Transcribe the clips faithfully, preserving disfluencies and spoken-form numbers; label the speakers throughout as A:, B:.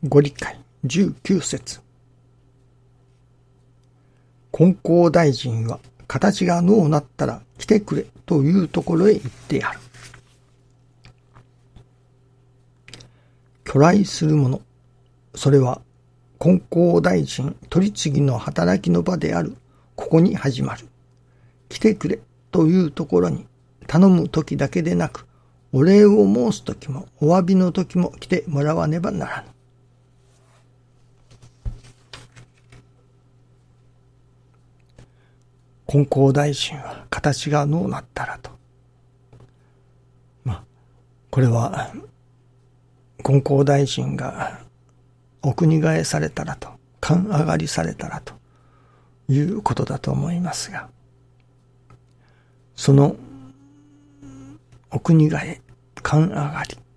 A: ご理解じゅうきゅう節。金光大臣は形がのうなったら来てくれというところへ行ってやる。巨来するもの、それは金光大臣取り次ぎの働きの場であるここに始まる。来てくれというところに頼むときだけでなく、お礼を申すときもお詫びのときも来てもらわねばならぬ。金光大臣は形がのうなったらと。まあ、これは金光大臣がお国替えされたらと、勘上がりされたらということだと思いますが、そのお国替え、勘上がり、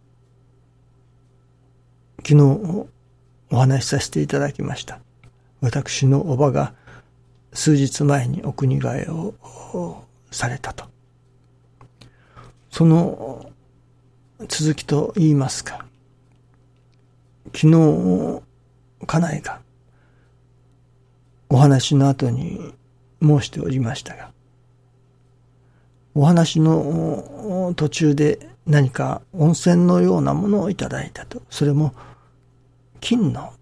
A: 昨日お話しさせていただきました。私のおばが数日前にお国替えをされたと。その続きと言いますか、昨日家内がお話の後に申しておりましたが、お話の途中で何か温泉のようなものをいただいたと。それも金の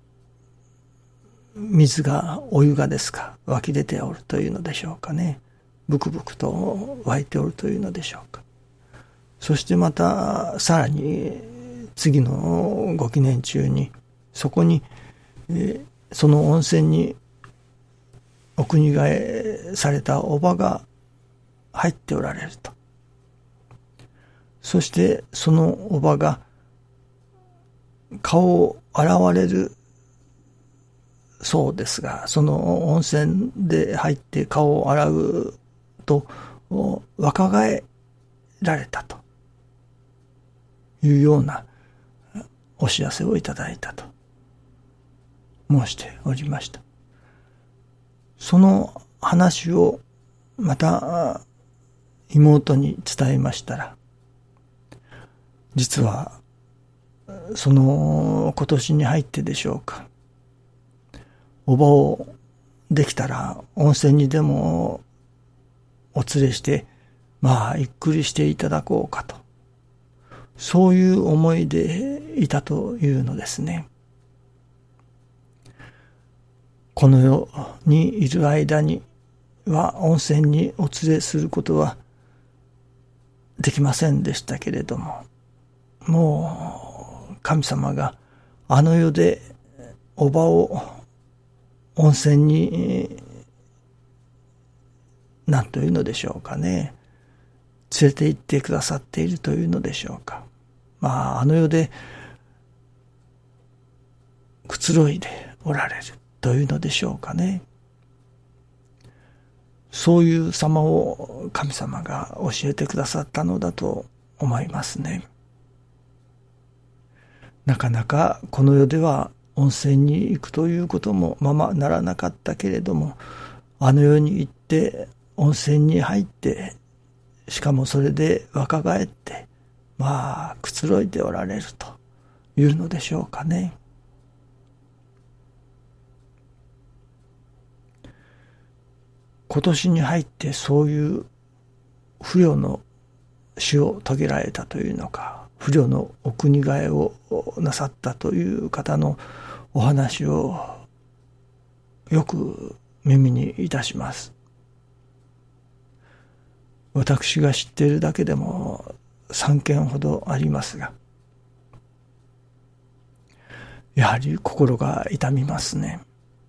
A: 水が、お湯がですか、湧き出ておるというのでしょうかね。ブクブクと湧いておるというのでしょうか。そしてまたさらに次のご記念中にそこに、えー、その温泉にお国替えされたおばが入っておられると。そしてそのおばが顔を洗われるそうですが、その温泉で入って顔を洗うと若返られたというようなお知らせをいただいたと申しておりました。その話をまた妹に伝えましたら、実はその今年に入ってでしょうか、おばをできたら温泉にでもお連れして、まあゆっくりしていただこうかと、そういう思いでいたというのですね。この世にいる間には温泉にお連れすることはできませんでしたけれども、もう神様があの世でおばを温泉に何というのでしょうかね、連れて行ってくださっているというのでしょうか。まああの世でくつろいでおられるというのでしょうかね。そういう様を神様が教えてくださったのだと思いますね。なかなかこの世では温泉に行くということもままならなかったけれども、あの世に行って温泉に入って、しかもそれで若返って、まあくつろいでおられるというのでしょうかね。今年に入ってそういう不慮の死を遂げられたというのか、不慮のお国替えをなさったという方のお話をよく耳にいたします。私が知っているだけでもさんけんほどありますが、やはり心が痛みますね。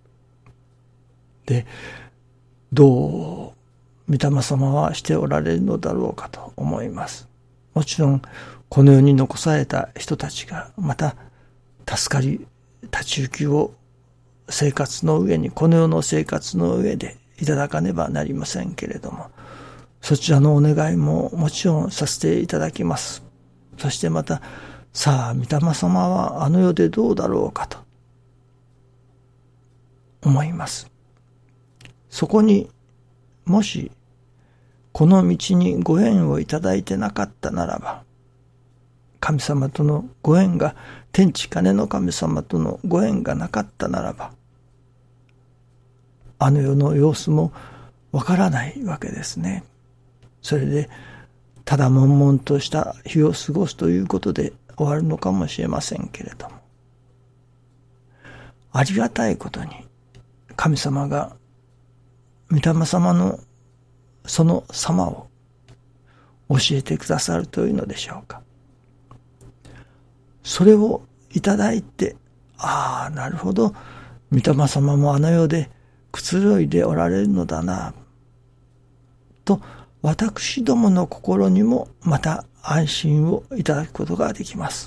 A: で、どう御霊様はしておられるのだろうかと思います。もちろんこの世に残された人たちがまた助かり立ち行きを生活の上に、この世の生活の上でいただかねばなりませんけれども、そちらのお願いももちろんさせていただきます。そしてまた、さあ御霊様はあの世でどうだろうかと思います。そこにもしこの道にご縁をいただいてなかったならば、 神様とのご縁が、天地金の神様とのご縁がなかったならば、あの世の様子もわからないわけですね。それでただ悶々とした日を過ごすということで終わるのかもしれませんけれども、ありがたいことに神様が御霊様のその様を教えてくださるというのでしょうか。それをいただいて、ああ、なるほど、御霊様もあの世でくつろいでおられるのだな、と私どもの心にもまた安心をいただくことができます。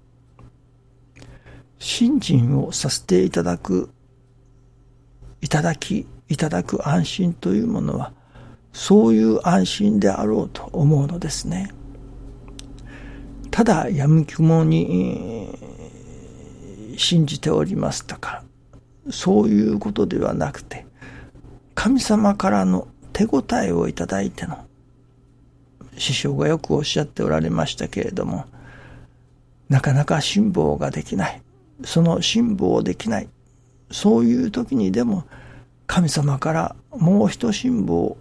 A: 信心をさせていただく、いただき、いただく安心というものは、そういう安心であろうと思うのですね。ただやみくもに信じておりますとか、そういうことではなくて、神様からの手応えをいただいての、師匠がよくおっしゃっておられましたけれども、なかなか辛抱ができない、その辛抱できない、そういう時にでも神様からもう一辛抱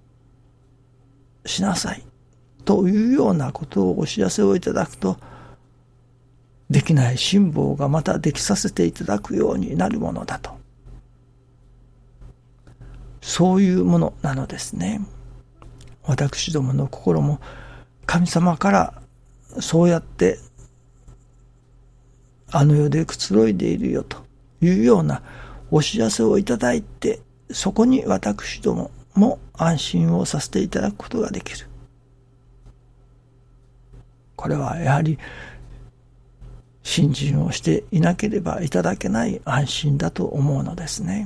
A: しなさいというようなことをお知らせをいただくと、できない辛抱がまたできさせていただくようになるものだと、そういうものなのですね。私どもの心も神様からそうやってあの世でくつろいでいるよというようなお知らせをいただいて、そこに私どもも安心をさせていただくことができる。これはやはり信心をしていなければいただけない安心だと思うのですね。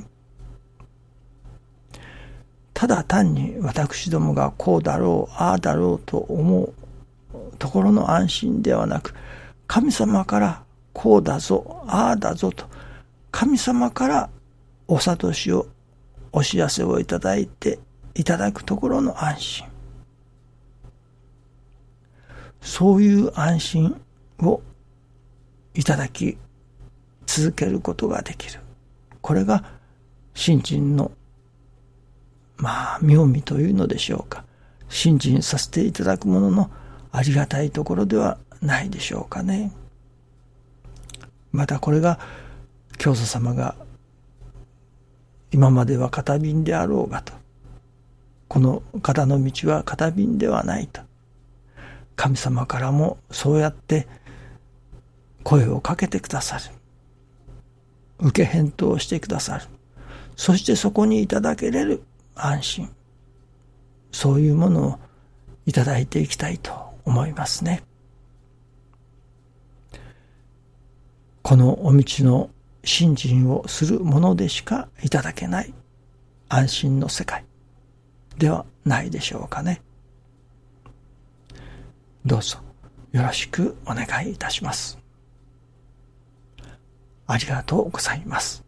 A: ただ単に私どもがこうだろう、ああだろうと思うところの安心ではなく、神様からこうだぞ、ああだぞと、神様からお諭しを、お知らせをいただいていただくところの安心。そういう安心をいただき続けることができる。これが信心のまあ妙味というのでしょうか。信心させていただくもののありがたいところではないでしょうかね。またこれが教祖様が今までは片便であろうがと、この方の道は片便ではないと、神様からもそうやって声をかけてくださる、受け返答してくださる、そしてそこにいただけれる安心、そういうものをいただいていきたいと思いますね。このお道の信心をするものでしかいただけない安心の世界ではないでしょうかね。どうぞよろしくお願いいたします。ありがとうございます。